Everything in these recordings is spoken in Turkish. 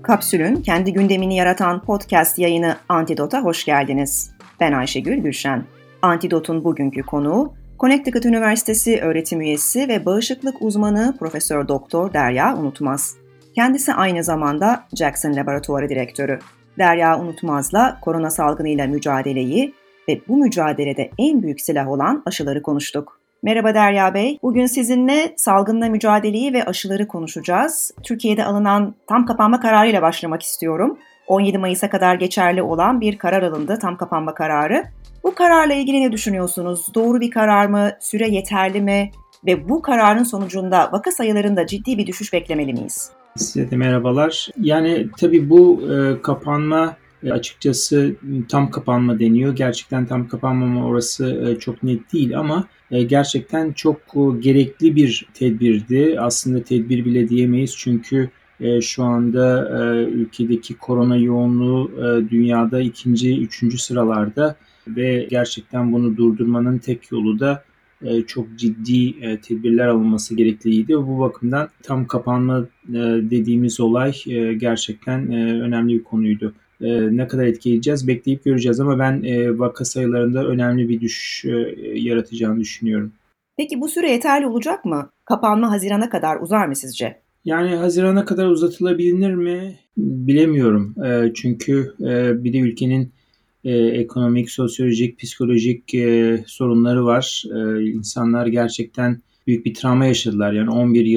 Kapsül'ün kendi gündemini yaratan podcast yayını Antidot'a hoş geldiniz. Ben Ayşegül Gülşen. Antidot'un bugünkü konuğu Connecticut Üniversitesi öğretim üyesi ve bağışıklık uzmanı Profesör Doktor Derya Unutmaz. Kendisi aynı zamanda Jackson Laboratuvarı Direktörü. Derya Unutmaz'la korona salgınıyla mücadeleyi ve bu mücadelede en büyük silah olan aşıları konuştuk. Merhaba Derya Bey. Bugün sizinle salgınla mücadeleyi ve aşıları konuşacağız. Türkiye'de alınan tam kapanma kararıyla başlamak istiyorum. 17 Mayıs'a kadar geçerli olan bir karar alındı, tam kapanma kararı. Bu kararla ilgili ne düşünüyorsunuz? Doğru bir karar mı? Süre yeterli mi? Ve bu kararın sonucunda vaka sayılarında ciddi bir düşüş beklemeli miyiz? Size de merhabalar. Yani tabii bu kapanma açıkçası tam kapanma deniyor. Gerçekten tam kapanma mı orası çok net değil ama gerçekten çok gerekli bir tedbirdi. Aslında tedbir bile diyemeyiz çünkü şu anda ülkedeki korona yoğunluğu dünyada 2. 3. sıralarda ve gerçekten bunu durdurmanın tek yolu da çok ciddi tedbirler alınması gerekliydi. Bu bakımdan tam kapanma dediğimiz olay gerçekten önemli bir konuydu. Ne kadar etkileyeceğiz bekleyip göreceğiz ama ben vaka sayılarında önemli bir düşüş yaratacağını düşünüyorum. Peki bu süre yeterli olacak mı? Kapanma Haziran'a kadar uzar mı sizce? Yani Haziran'a kadar uzatılabilir mi? Bilemiyorum. Çünkü bir de ülkenin ekonomik, sosyolojik, psikolojik sorunları var. İnsanlar gerçekten büyük bir travma yaşadılar. Yani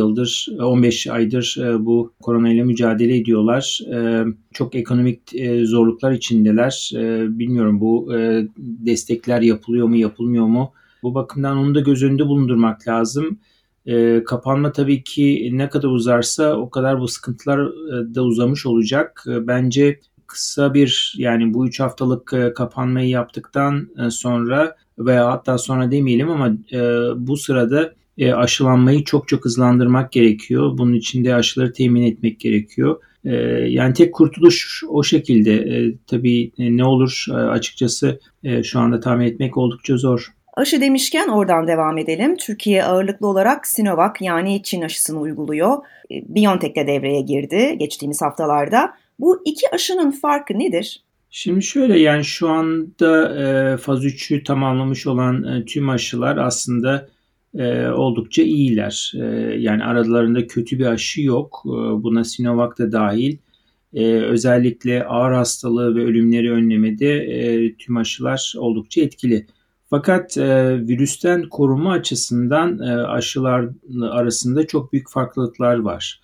15 aydır bu koronayla mücadele ediyorlar. Çok ekonomik zorluklar içindeler. Bilmiyorum bu destekler yapılıyor mu, yapılmıyor mu? Bu bakımdan onu da göz önünde bulundurmak lazım. Kapanma tabii ki ne kadar uzarsa o kadar bu sıkıntılar da uzamış olacak. Bence kısa bir yani bu 3 haftalık kapanmayı yaptıktan sonra veya hatta sonra demeyelim ama bu sırada aşılanmayı çok çok hızlandırmak gerekiyor. Bunun için de aşıları temin etmek gerekiyor. Yani tek kurtuluş o şekilde. Tabii ne olur açıkçası şu anda tahmin etmek oldukça zor. Aşı demişken oradan devam edelim. Türkiye ağırlıklı olarak Sinovac yani Çin aşısını uyguluyor. BioNTech de devreye girdi geçtiğimiz haftalarda. Bu iki aşının farkı nedir? Şimdi şöyle yani şu anda faz 3'ü tamamlamış olan tüm aşılar aslında oldukça iyiler. Yani aralarında kötü bir aşı yok. Buna Sinovac da dahil. Özellikle ağır hastalığı ve ölümleri önlemede tüm aşılar oldukça etkili. Fakat virüsten koruma açısından aşılar arasında çok büyük farklılıklar var.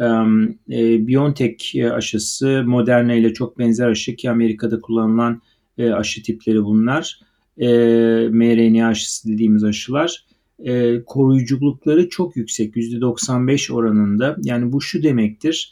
BioNTech aşısı Moderna ile çok benzer aşı ki Amerika'da kullanılan aşı tipleri bunlar. mRNA aşısı dediğimiz aşılar. Koruyuculukları çok yüksek, %95 oranında. Yani bu şu demektir,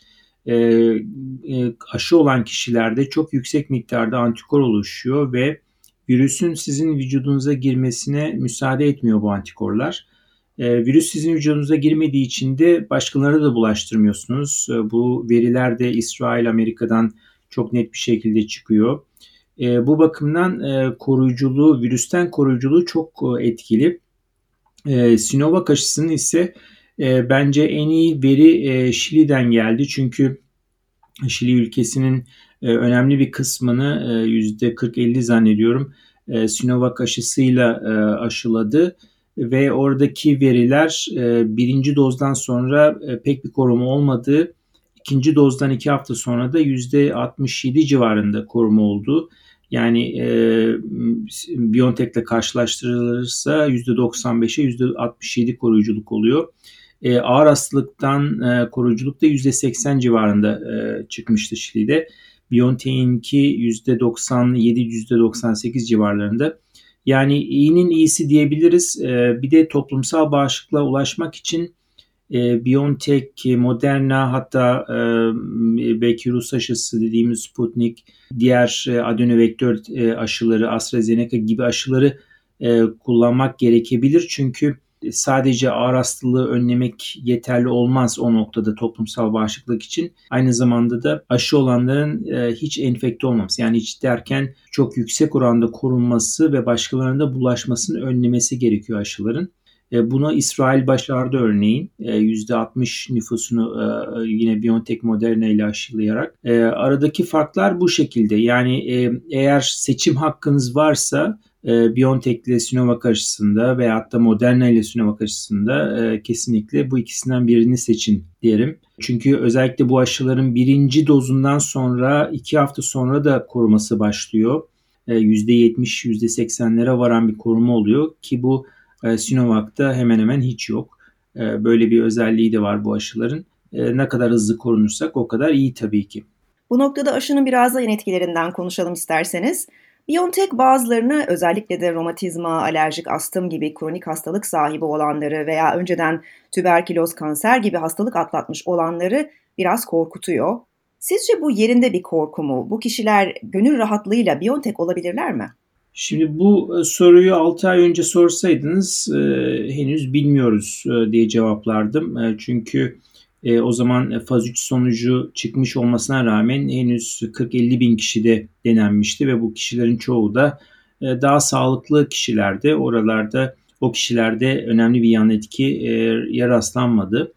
aşı olan kişilerde çok yüksek miktarda antikor oluşuyor ve virüsün sizin vücudunuza girmesine müsaade etmiyor bu antikorlar. Virüs sizin vücudunuza girmediği için de başkalarına da bulaştırmıyorsunuz. Bu veriler de İsrail, Amerika'dan çok net bir şekilde çıkıyor. Bu bakımdan koruyuculuğu, virüsten koruyuculuğu çok etkili. Sinovac aşısının ise bence en iyi veri Şili'den geldi. Çünkü Şili ülkesinin önemli bir kısmını %40-50 zannediyorum Sinovac aşısıyla aşıladı. Ve oradaki veriler birinci dozdan sonra pek bir koruma olmadığı, ikinci dozdan 2 hafta sonra da %67 civarında koruma oldu. Yani BioNTech'le karşılaştırılırsa %95'e %67 koruyuculuk oluyor. Ağır hastalıktan koruyuculuk da %80 civarında çıkmıştı Şili'de. BioNTech'inki %97, %98 civarlarında. Yani iyinin iyisi diyebiliriz. Bir de toplumsal bağışıklığa ulaşmak için BioNTech, Moderna hatta belki Rus aşısı dediğimiz Sputnik, diğer adenovektör aşıları, AstraZeneca gibi aşıları kullanmak gerekebilir. Çünkü sadece ağır hastalığı önlemek yeterli olmaz o noktada toplumsal bağışıklık için. Aynı zamanda da aşı olanların hiç enfekte olmaması, yani hiç derken çok yüksek oranda korunması ve başkalarına da bulaşmasını önlemesi gerekiyor aşıların. Buna İsrail başardı örneğin. %60 nüfusunu yine BioNTech Moderna ile aşılayarak. Aradaki farklar bu şekilde. Yani eğer seçim hakkınız varsa BioNTech ile Sinovac aşısında veyahut da Moderna ile Sinovac aşısında kesinlikle bu ikisinden birini seçin derim. Çünkü özellikle bu aşıların birinci dozundan sonra 2 hafta sonra da koruması başlıyor. %70, %80'lere varan bir koruma oluyor ki bu Sinovac'ta hemen hemen hiç yok. Böyle bir özelliği de var bu aşıların. Ne kadar hızlı korunursak o kadar iyi tabii ki. Bu noktada aşının biraz da yan etkilerinden konuşalım isterseniz. BioNTech bazılarını, özellikle de romatizma, alerjik astım gibi kronik hastalık sahibi olanları veya önceden tüberküloz, kanser gibi hastalık atlatmış olanları biraz korkutuyor. Sizce bu yerinde bir korku mu? Bu kişiler gönül rahatlığıyla BioNTech olabilirler mi? Şimdi bu soruyu 6 ay önce sorsaydınız henüz bilmiyoruz diye cevaplardım. Çünkü o zaman faz 3 sonucu çıkmış olmasına rağmen henüz 40-50 bin kişide denenmişti ve bu kişilerin çoğu da daha sağlıklı kişilerdi. Oralarda o kişilerde önemli bir yan etkiye rastlanmadı.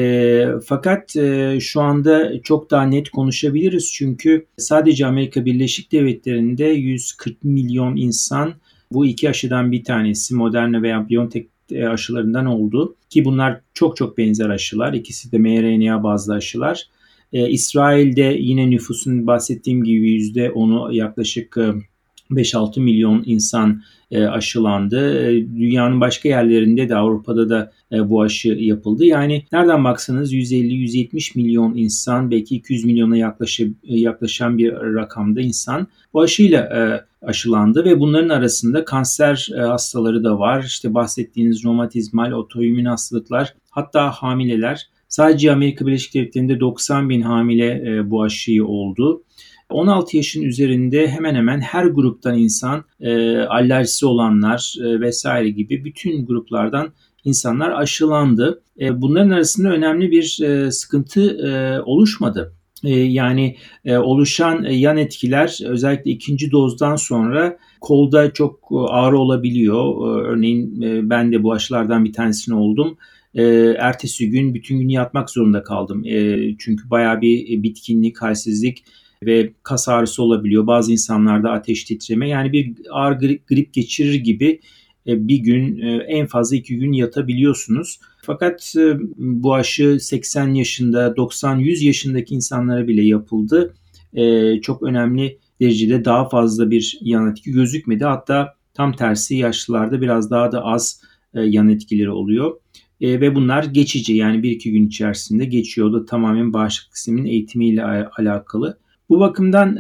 Fakat şu anda çok daha net konuşabiliriz çünkü sadece Amerika Birleşik Devletleri'nde 140 milyon insan bu iki aşıdan bir tanesi Moderna veya BioNTech aşılarından oldu ki bunlar çok çok benzer aşılar. İkisi de mRNA bazlı aşılar. İsrail'de yine nüfusun bahsettiğim gibi %10'u yaklaşık 5-6 milyon insan aşılandı. Dünyanın başka yerlerinde de Avrupa'da da bu aşı yapıldı. Yani nereden baksanız 150-170 milyon insan, belki 200 milyona yaklaşan bir rakamda insan bu aşıyla aşılandı ve bunların arasında kanser hastaları da var. İşte bahsettiğiniz romatizmal, otoimmün hastalıklar, hatta hamileler. Sadece Amerika Birleşik Devletleri'nde 90 bin hamile bu aşıyı oldu. 16 yaşın üzerinde hemen hemen her gruptan insan, alerjisi olanlar vesaire gibi bütün gruplardan insanlar aşılandı. Bunların arasında önemli bir sıkıntı oluşmadı. Yani oluşan yan etkiler özellikle ikinci dozdan sonra kolda çok ağrı olabiliyor. Örneğin ben de bu aşılardan bir tanesini oldum. Ertesi gün bütün gün yatmak zorunda kaldım. Çünkü bayağı bir bitkinlik, halsizlik ve kas ağrısı olabiliyor. Bazı insanlarda ateş titreme, yani bir ağır grip geçirir gibi bir gün, en fazla 2 gün yatabiliyorsunuz. Fakat bu aşı 80 yaşında, 90-100 yaşındaki insanlara bile yapıldı. Çok önemli derecede daha fazla bir yan etki gözükmedi. Hatta tam tersi yaşlılarda biraz daha da az yan etkileri oluyor. Ve bunlar geçici, yani 1-2 gün içerisinde geçiyor. O da tamamen bağışıklık sisteminin eğitimiyle alakalı. Bu bakımdan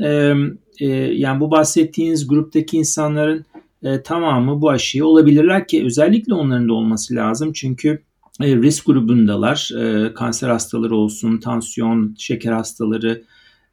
yani bu bahsettiğiniz gruptaki insanların tamamı bu aşıyı olabilirler ki özellikle onların da olması lazım. Çünkü risk grubundalar. Kanser hastaları olsun, tansiyon, şeker hastaları,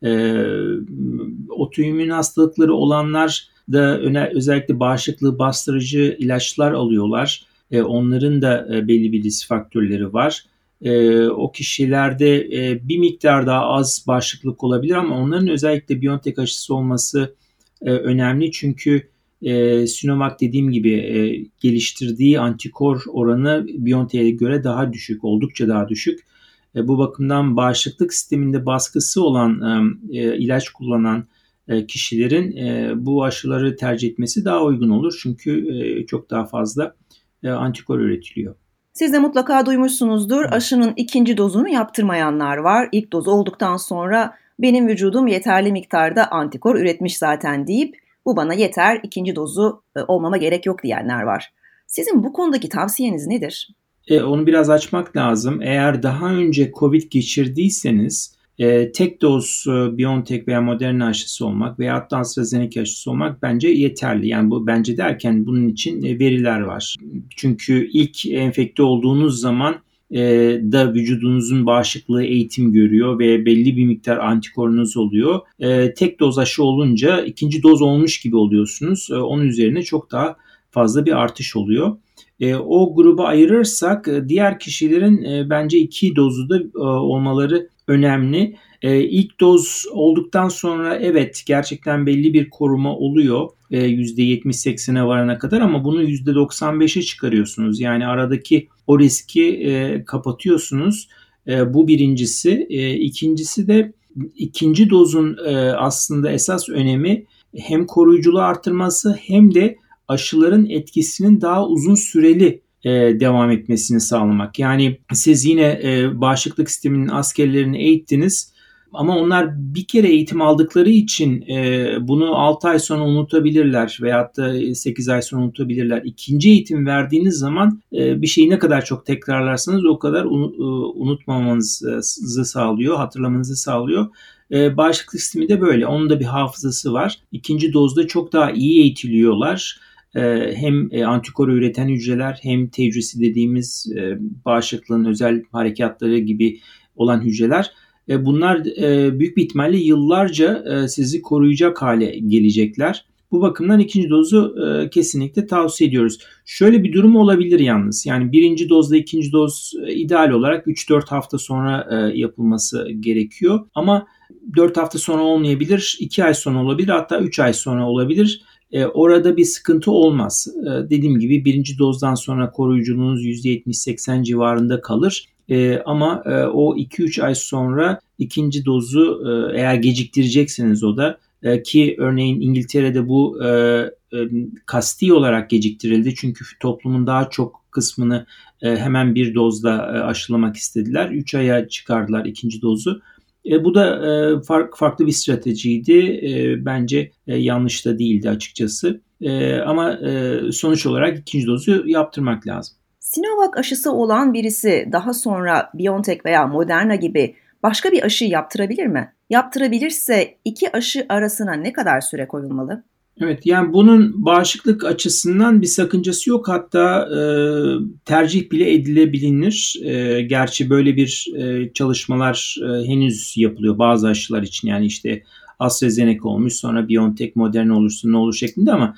otoimmün hastalıkları olanlar da özellikle bağışıklığı bastırıcı ilaçlar alıyorlar. Onların da belli bir risk faktörleri var. O kişilerde bir miktar daha az bağışıklık olabilir ama onların özellikle BioNTech aşısı olması önemli. Çünkü Sinovac dediğim gibi geliştirdiği antikor oranı BioNTech'e göre daha düşük, oldukça daha düşük. Bu bakımdan bağışıklık sisteminde baskısı olan ilaç kullanan kişilerin bu aşıları tercih etmesi daha uygun olur. Çünkü çok daha fazla antikor üretiliyor. Siz de mutlaka duymuşsunuzdur. Aşının ikinci dozunu yaptırmayanlar var. İlk doz olduktan sonra benim vücudum yeterli miktarda antikor üretmiş zaten deyip bu bana yeter, ikinci dozu olmama gerek yok diyenler var. Sizin bu konudaki tavsiyeniz nedir? Onu biraz açmak lazım. Eğer daha önce COVID geçirdiyseniz tek doz BioNTech veya Moderna aşısı olmak veya AstraZeneca aşısı olmak bence yeterli. Yani bu bence derken bunun için veriler var. Çünkü ilk enfekte olduğunuz zaman da vücudunuzun bağışıklığı eğitim görüyor ve belli bir miktar antikorunuz oluyor. Tek doz aşı olunca ikinci doz olmuş gibi oluyorsunuz. Onun üzerine çok daha fazla bir artış oluyor. O gruba ayırırsak diğer kişilerin bence 2 dozu da olmaları önemli. İlk doz olduktan sonra evet gerçekten belli bir koruma oluyor. %70-80'e varana kadar ama bunu %95'e çıkarıyorsunuz. Yani aradaki o riski kapatıyorsunuz. Bu birincisi. İkincisi de ikinci dozun aslında esas önemi hem koruyuculuğu artırması hem de aşıların etkisinin daha uzun süreli devam etmesini sağlamak. Yani siz yine bağışıklık sisteminin askerlerini eğittiniz ama onlar bir kere eğitim aldıkları için bunu 6 ay sonra unutabilirler veyahut da 8 ay sonra unutabilirler. İkinci eğitim verdiğiniz zaman bir şeyi ne kadar çok tekrarlarsanız o kadar unutmamanızı sağlıyor, hatırlamanızı sağlıyor. Bağışıklık sistemi de böyle. Onun da bir hafızası var. İkinci dozda çok daha iyi eğitiliyorlar. Hem antikoru üreten hücreler hem tecrüsi dediğimiz bağışıklığın özel harekatları gibi olan hücreler. Bunlar büyük bir ihtimalle yıllarca sizi koruyacak hale gelecekler. Bu bakımdan ikinci dozu kesinlikle tavsiye ediyoruz. Şöyle bir durum olabilir yalnız. Yani birinci dozla ikinci doz ideal olarak 3-4 hafta sonra yapılması gerekiyor. Ama 4 hafta sonra olmayabilir, 2 ay sonra olabilir, hatta 3 ay sonra olabilir. Orada bir sıkıntı olmaz. Dediğim gibi birinci dozdan sonra koruyuculuğunuz %70-80 civarında kalır. Ama o 2-3 ay sonra ikinci dozu eğer geciktireceksiniz o da ki örneğin İngiltere'de bu kasti olarak geciktirildi. Çünkü toplumun daha çok kısmını hemen bir dozla aşılamak istediler. 3 aya çıkardılar ikinci dozu. Bu da farklı bir stratejiydi. Bence yanlış da değildi açıkçası. Ama sonuç olarak ikinci dozu yaptırmak lazım. Sinovac aşısı olan birisi daha sonra BioNTech veya Moderna gibi başka bir aşı yaptırabilir mi? Yaptırabilirse iki aşı arasına ne kadar süre koyulmalı? Evet, yani bunun bağışıklık açısından bir sakıncası yok. Hatta tercih bile edilebilir. Gerçi böyle bir çalışmalar henüz yapılıyor bazı aşılar için. Yani işte AstraZeneca olmuş, sonra BioNTech, Moderna olursa ne olur şeklinde ama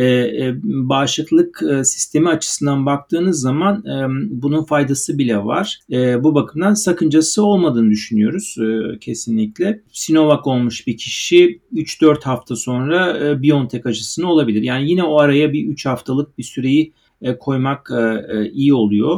bağışıklık sistemi açısından baktığınız zaman bunun faydası bile var. Bu bakımdan sakıncası olmadığını düşünüyoruz kesinlikle. Sinovac olmuş bir kişi 3-4 hafta sonra BioNTech aşısını olabilir. Yani yine o araya bir 3 haftalık bir süreyi koymak iyi oluyor.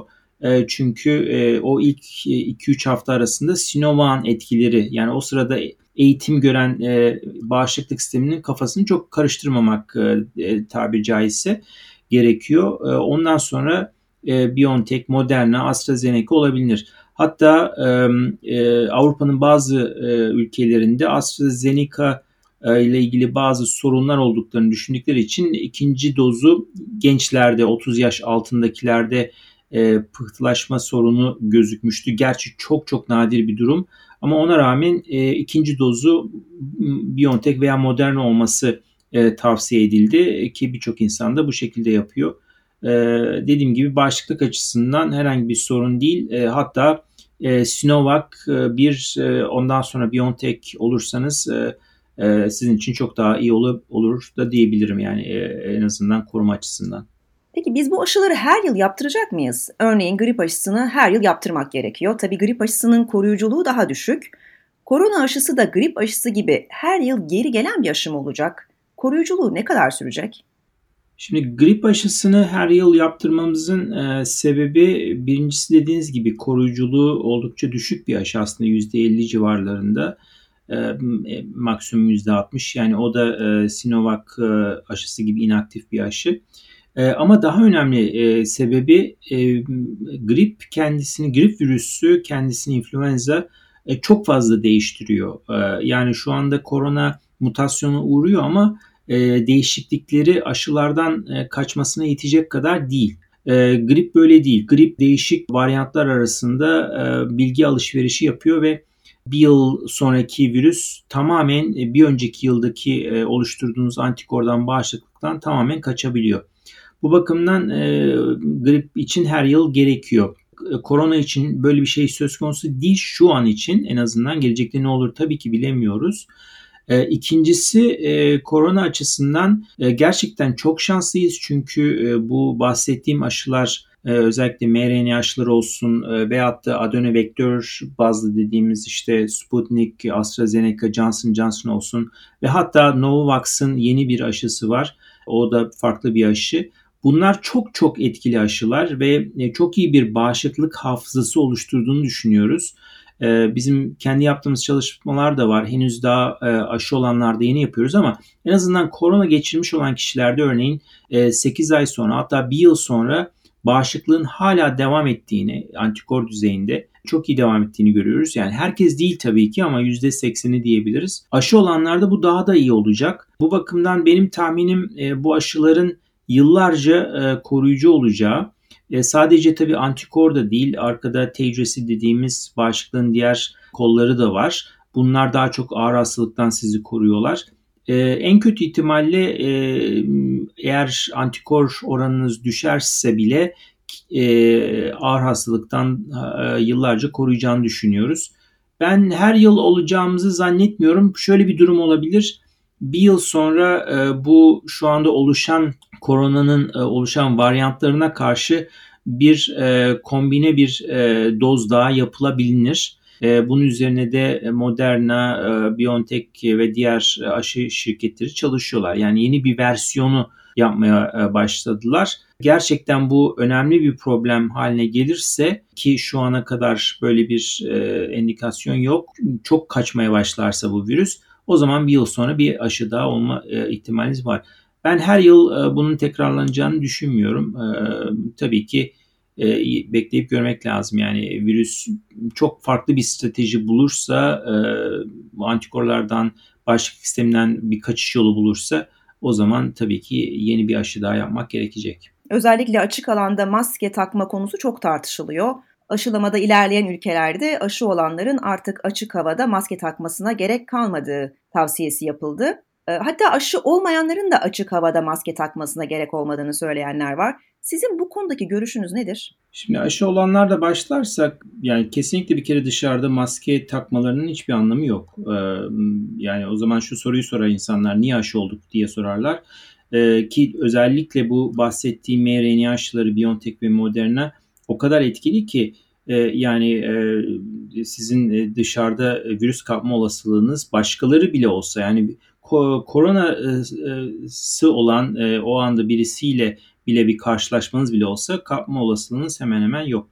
Çünkü o ilk 2-3 hafta arasında Sinovac'ın etkileri, yani o sırada eğitim gören bağışıklık sisteminin kafasını çok karıştırmamak tabiri caizse gerekiyor. Ondan sonra BioNTech, Moderna, AstraZeneca olabilir. Hatta Avrupa'nın bazı ülkelerinde AstraZeneca ile ilgili bazı sorunlar olduklarını düşündükleri için ikinci dozu gençlerde, 30 yaş altındakilerde pıhtılaşma sorunu gözükmüştü. Gerçi çok çok nadir bir durum. Ama ona rağmen ikinci dozu BioNTech veya Moderna olması tavsiye edildi ki birçok insan da bu şekilde yapıyor. Dediğim gibi bağışıklık açısından herhangi bir sorun değil. Hatta Sinovac ondan sonra BioNTech olursanız sizin için çok daha iyi olur da diyebilirim, yani en azından koruma açısından. Peki biz bu aşıları her yıl yaptıracak mıyız? Örneğin grip aşısını her yıl yaptırmak gerekiyor. Tabii grip aşısının koruyuculuğu daha düşük. Korona aşısı da grip aşısı gibi her yıl geri gelen bir aşı mı olacak? Koruyuculuğu ne kadar sürecek? Şimdi grip aşısını her yıl yaptırmamızın sebebi, birincisi dediğiniz gibi koruyuculuğu oldukça düşük bir aşı, aslında %50 civarlarında. Maksimum %60, yani o da Sinovac aşısı gibi inaktif bir aşı. Ama daha önemli sebebi grip virüsü kendisini influenza çok fazla değiştiriyor. Yani şu anda korona mutasyona uğruyor ama değişiklikleri aşılardan kaçmasına yetecek kadar değil. Grip böyle değil. Grip değişik varyantlar arasında bilgi alışverişi yapıyor ve bir yıl sonraki virüs tamamen bir önceki yıldaki oluşturduğunuz antikordan, bağışıklıktan tamamen kaçabiliyor. Bu bakımdan grip için her yıl gerekiyor. Korona için böyle bir şey söz konusu değil şu an için, en azından. Gelecekte ne olur tabii ki bilemiyoruz. İkincisi, korona açısından gerçekten çok şanslıyız çünkü bu bahsettiğim aşılar, özellikle mRNA aşıları olsun veyahut da adenovektör bazlı dediğimiz işte Sputnik, AstraZeneca, Johnson Johnson olsun ve hatta Novavax'ın yeni bir aşısı var. O da farklı bir aşı. Bunlar çok çok etkili aşılar ve çok iyi bir bağışıklık hafızası oluşturduğunu düşünüyoruz. Bizim kendi yaptığımız çalışmalar da var. Henüz daha aşı olanlarda yeni yapıyoruz ama en azından korona geçirmiş olan kişilerde örneğin 8 ay sonra, hatta 1 yıl sonra bağışıklığın hala devam ettiğini, antikor düzeyinde çok iyi devam ettiğini görüyoruz. Yani herkes değil tabii ki ama %80'i diyebiliriz. Aşı olanlarda bu daha da iyi olacak. Bu bakımdan benim tahminim bu aşıların yıllarca koruyucu olacağı. Sadece tabii antikor da değil, arkada T hücresi dediğimiz bağışıklığın diğer kolları da var. Bunlar daha çok ağır hastalıktan sizi koruyorlar. En kötü ihtimalle eğer antikor oranınız düşerse bile ağır hastalıktan yıllarca koruyacağını düşünüyoruz. Ben her yıl olacağımızı zannetmiyorum. Şöyle bir durum olabilir. Bir yıl sonra bu şu anda oluşan koronanın oluşan varyantlarına karşı bir kombine bir doz daha yapılabilir. Bunun üzerine de Moderna, BioNTech ve diğer aşı şirketleri çalışıyorlar. Yani yeni bir versiyonu yapmaya başladılar. Gerçekten bu önemli bir problem haline gelirse, ki şu ana kadar böyle bir endikasyon yok, çok kaçmaya başlarsa bu virüs, o zaman bir yıl sonra bir aşı daha olma ihtimaliniz var. Ben her yıl bunun tekrarlanacağını düşünmüyorum. Tabii ki bekleyip görmek lazım. Yani virüs çok farklı bir strateji bulursa, antikorlardan, bağışıklık sisteminden bir kaçış yolu bulursa, o zaman tabii ki yeni bir aşı daha yapmak gerekecek. Özellikle açık alanda maske takma konusu çok tartışılıyor. Aşılamada ilerleyen ülkelerde aşı olanların artık açık havada maske takmasına gerek kalmadığı tavsiyesi yapıldı. Hatta aşı olmayanların da açık havada maske takmasına gerek olmadığını söyleyenler var. Sizin bu konudaki görüşünüz nedir? Şimdi aşı olanlarla başlarsak, yani kesinlikle bir kere dışarıda maske takmalarının hiçbir anlamı yok. Yani o zaman şu soruyu sorar insanlar, niye aşı olduk diye sorarlar. Ki özellikle bu bahsettiğim mRNA aşıları BioNTech ve Moderna o kadar etkili ki yani sizin dışarıda virüs kapma olasılığınız başkaları bile olsa, yani koronası olan o anda birisiyle bile bir karşılaşmanız bile olsa kapma olasılığınız hemen hemen yok.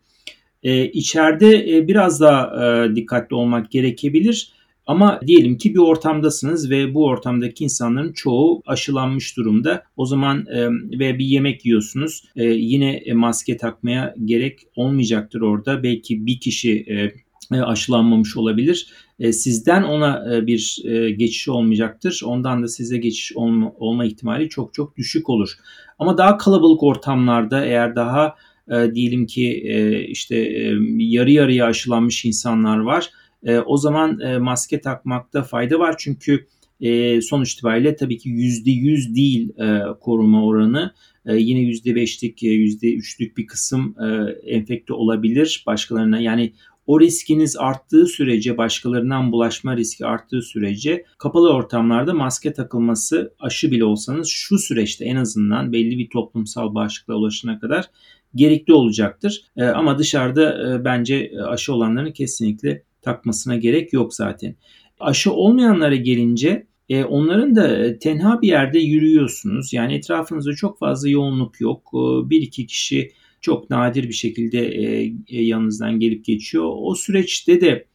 İçeride biraz daha dikkatli olmak gerekebilir. Ama diyelim ki bir ortamdasınız ve bu ortamdaki insanların çoğu aşılanmış durumda. O zaman ve bir yemek yiyorsunuz. Yine maske takmaya gerek olmayacaktır orada. Belki bir kişi aşılanmamış olabilir. Sizden ona bir geçiş olmayacaktır. Ondan da size geçiş olma ihtimali çok çok düşük olur. Ama daha kalabalık ortamlarda, eğer daha diyelim ki işte yarı yarıya aşılanmış insanlar var. O zaman maske takmakta fayda var. Çünkü sonuç itibariyle tabii ki %100 değil koruma oranı. Yine %5'lik, %3'lük bir kısım enfekte olabilir başkalarına. Yani o riskiniz arttığı sürece, başkalarından bulaşma riski arttığı sürece kapalı ortamlarda maske takılması, aşı bile olsanız şu süreçte en azından belli bir toplumsal bağışıklığa ulaşana kadar gerekli olacaktır. Ama dışarıda bence aşı olanların kesinlikle takmasına gerek yok zaten. Aşı olmayanlara gelince onların da tenha bir yerde yürüyorsunuz. Yani etrafınızda çok fazla yoğunluk yok. Bir iki kişi çok nadir bir şekilde yanınızdan gelip geçiyor. O süreçte de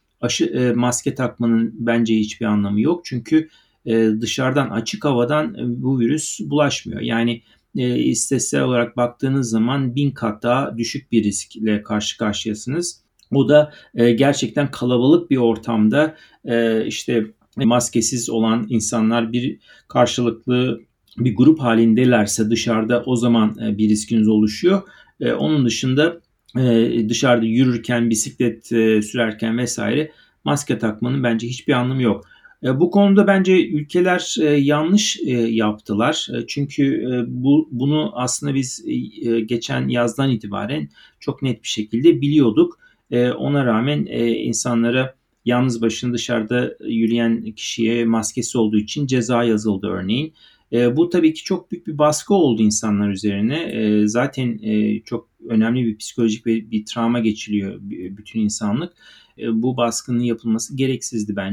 maske takmanın bence hiçbir anlamı yok. Çünkü dışarıdan, açık havadan bu virüs bulaşmıyor. Yani istatistiksel olarak baktığınız zaman 1000 kat daha düşük bir riskle karşı karşıyasınız. O da gerçekten kalabalık bir ortamda işte maskesiz olan insanlar bir karşılıklı bir grup halindelerse dışarıda, o zaman bir riskiniz oluşuyor. Onun dışında dışarıda yürürken, bisiklet sürerken vesaire maske takmanın bence hiçbir anlamı yok. Bu konuda bence ülkeler yanlış yaptılar. Çünkü bunu aslında biz geçen yazdan itibaren çok net bir şekilde biliyorduk. Ona rağmen insanlara, yalnız başına dışarıda yürüyen kişiye maskesi olduğu için ceza yazıldı örneğin. Bu tabii ki çok büyük bir baskı oldu insanlar üzerine. Zaten çok önemli bir psikolojik ve bir travma geçiriyor bütün insanlık. Bu baskının yapılması gereksizdi bence.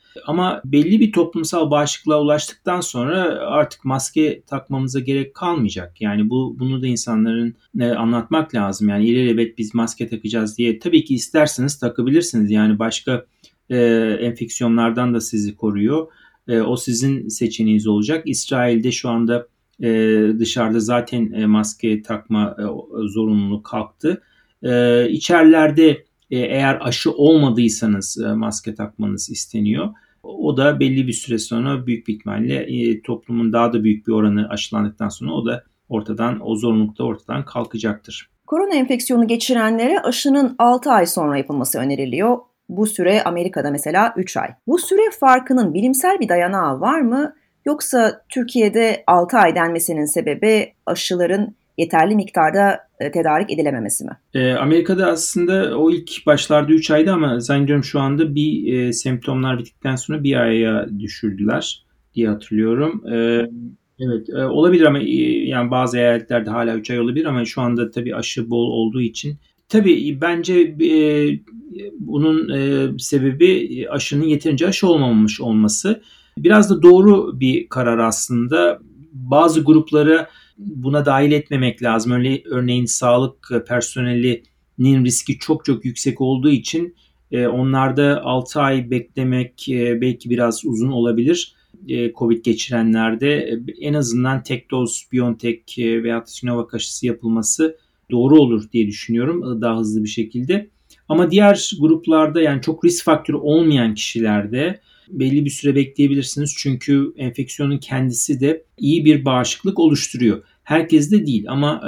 Ama belli bir toplumsal bağışıklığa ulaştıktan sonra artık maske takmamıza gerek kalmayacak. Yani bunu da insanların anlatmak lazım. Yani ilelebet biz maske takacağız diye tabii ki isterseniz takabilirsiniz. Yani başka enfeksiyonlardan da sizi koruyor. O sizin seçeneğiniz olacak. İsrail'de şu anda dışarıda zaten maske takma zorunluluğu kalktı. İçerilerde eğer aşı olmadıysanız maske takmanız isteniyor. O da belli bir süre sonra büyük bir ihtimalle toplumun daha da büyük bir oranı aşılandıktan sonra o zorunluluk da ortadan kalkacaktır. Korona enfeksiyonu geçirenlere aşının 6 ay sonra yapılması öneriliyor. Bu süre Amerika'da mesela 3 ay. Bu süre farkının bilimsel bir dayanağı var mı? Yoksa Türkiye'de 6 ay denmesinin sebebi aşıların yeterli miktarda tedarik edilememesi mi? Amerika'da aslında o ilk başlarda 3 aydı ama zannediyorum şu anda bir semptomlar bittikten sonra 1 aya düşürdüler diye hatırlıyorum. Evet, olabilir ama yani bazı eyaletlerde hala 3 ay olabilir ama şu anda tabii aşı bol olduğu için. Tabii bence bunun sebebi aşının yeterince aşı olmamış olması. Biraz da doğru bir karar aslında. Bazı grupları buna dahil etmemek lazım. Örneğin sağlık personelinin riski çok çok yüksek olduğu için onlarda 6 ay beklemek belki biraz uzun olabilir. Covid geçirenlerde en azından tek doz BioNTech veya Sinovac aşısı yapılması doğru olur diye düşünüyorum daha hızlı bir şekilde. Ama diğer gruplarda yani çok risk faktörü olmayan kişilerde belli bir süre bekleyebilirsiniz. Çünkü enfeksiyonun kendisi de iyi bir bağışıklık oluşturuyor. Herkeste değil ama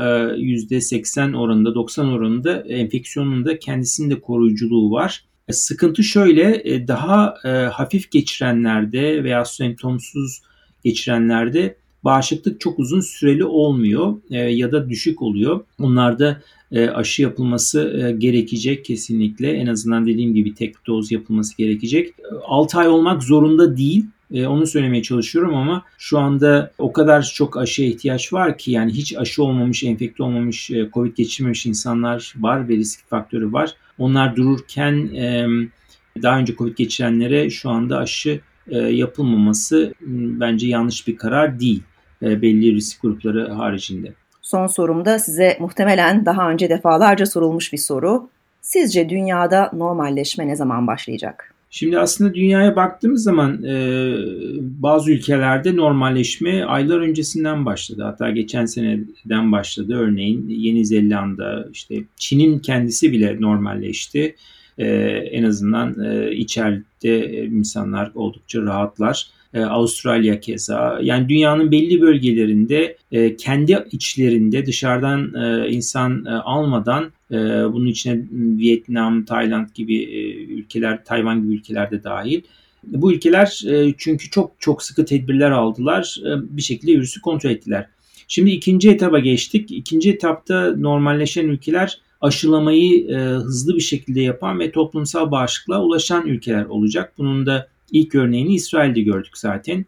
%80 oranında 90 oranında enfeksiyonun da kendisinin de koruyuculuğu var. Sıkıntı şöyle daha hafif geçirenlerde veya semptomsuz geçirenlerde bağışıklık çok uzun süreli olmuyor ya da düşük oluyor. Bunlarda aşı yapılması gerekecek kesinlikle. En azından dediğim gibi tek doz yapılması gerekecek. 6 ay olmak zorunda değil. Onu söylemeye çalışıyorum ama şu anda o kadar çok aşıya ihtiyaç var ki yani hiç aşı olmamış, enfekte olmamış, Covid geçirmemiş insanlar var ve risk faktörü var. Onlar dururken daha önce Covid geçirenlere şu anda aşı yapılmaması bence yanlış bir karar değil. Belli risk grupları haricinde. Son sorum da size muhtemelen daha önce defalarca sorulmuş bir soru. Sizce dünyada normalleşme ne zaman başlayacak? Şimdi aslında dünyaya baktığımız zaman bazı ülkelerde normalleşme aylar öncesinden başladı. Hatta geçen seneden başladı. Örneğin Yeni Zelanda, işte Çin'in kendisi bile normalleşti. En azından içeride insanlar oldukça rahatlar. Avustralya keza. Yani dünyanın belli bölgelerinde kendi içlerinde dışarıdan insan almadan bunun içine Vietnam, Tayland gibi ülkeler, Tayvan gibi ülkeler de dahil. Bu ülkeler çünkü çok çok sıkı tedbirler aldılar. Bir şekilde virüsü kontrol ettiler. Şimdi ikinci etaba geçtik. İkinci etapta normalleşen ülkeler aşılamayı hızlı bir şekilde yapan ve toplumsal bağışıklığa ulaşan ülkeler olacak. Bunun da ilk örneğini İsrail'de gördük zaten.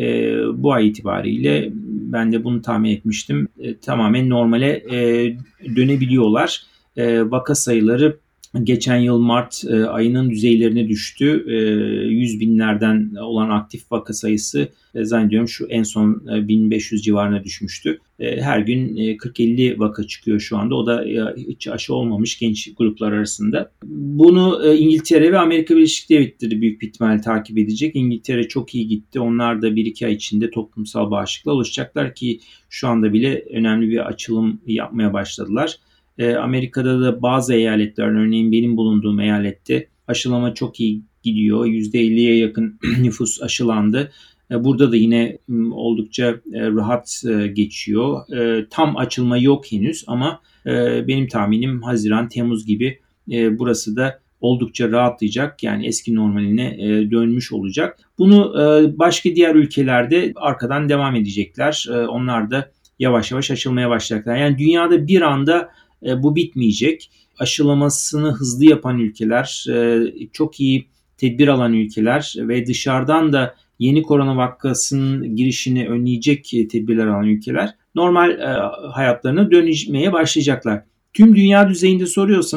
Bu ay itibariyle ben de bunu tahmin etmiştim. Tamamen normale dönebiliyorlar. Vaka sayıları geçen yıl Mart ayının düzeylerine düştü. 100 binlerden olan aktif vaka sayısı zannediyorum şu en son 1500 civarına düşmüştü. Her gün 40-50 vaka çıkıyor şu anda. O da hiç aşı olmamış genç gruplar arasında. Bunu İngiltere ve Amerika Birleşik Devletleri büyük bir ihtimalle takip edecek. İngiltere çok iyi gitti. Onlar da 1-2 ay içinde toplumsal bağışıklığa ulaşacaklar ki şu anda bile önemli bir açılım yapmaya başladılar. Amerika'da da bazı eyaletler, örneğin benim bulunduğum eyalette aşılama çok iyi gidiyor. %50'ye yakın nüfus aşılandı. Burada da yine oldukça rahat geçiyor. Tam açılma yok henüz ama benim tahminim Haziran, Temmuz gibi burası da oldukça rahatlayacak. Yani eski normaline dönmüş olacak. Bunu başka diğer ülkelerde arkadan devam edecekler. Onlar da yavaş yavaş açılmaya başlayacaklar. Yani dünyada bir anda bu bitmeyecek. Aşılamasını hızlı yapan ülkeler, çok iyi tedbir alan ülkeler ve dışarıdan da yeni korona vakasının girişini önleyecek tedbirler alan ülkeler normal hayatlarına dönmeye başlayacaklar. Tüm dünya düzeyinde soruyorsanız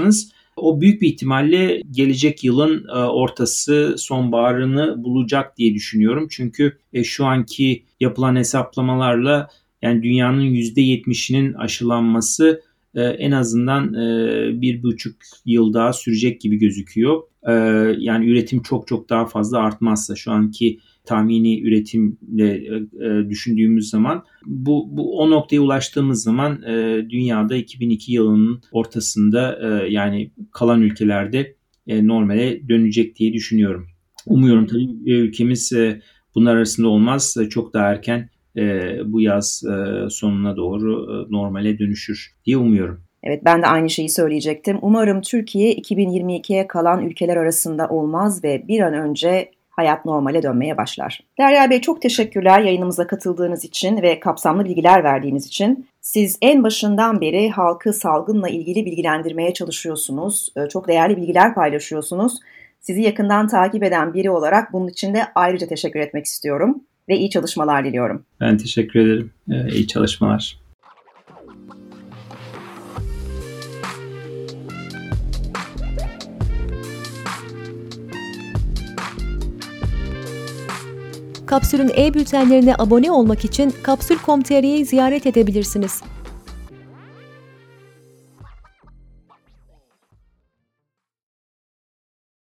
O büyük bir ihtimalle gelecek yılın ortası, sonbaharını bulacak diye düşünüyorum. Çünkü şu anki yapılan hesaplamalarla yani dünyanın %70'inin aşılanması en azından 1,5 yıl daha sürecek gibi gözüküyor. Yani üretim çok çok daha fazla artmazsa şu anki tahmini üretimle düşündüğümüz zaman bu o noktaya ulaştığımız zaman dünyada 2002 yılının ortasında yani kalan ülkelerde normale dönecek diye düşünüyorum. Umuyorum tabii ülkemiz bunlar arasında olmaz. Çok daha erken bu yaz sonuna doğru normale dönüşür diye umuyorum. Evet, ben de aynı şeyi söyleyecektim. Umarım Türkiye 2022'ye kalan ülkeler arasında olmaz ve bir an önce hayat normale dönmeye başlar. Derya Bey, çok teşekkürler yayınımıza katıldığınız için ve kapsamlı bilgiler verdiğiniz için. Siz en başından beri halkı salgınla ilgili bilgilendirmeye çalışıyorsunuz. Çok değerli bilgiler paylaşıyorsunuz. Sizi yakından takip eden biri olarak bunun için de ayrıca teşekkür etmek istiyorum ve iyi çalışmalar diliyorum. Ben teşekkür ederim. İyi çalışmalar. Kapsül'ün e-bültenlerine abone olmak için Kapsül.com.tr'yi ziyaret edebilirsiniz.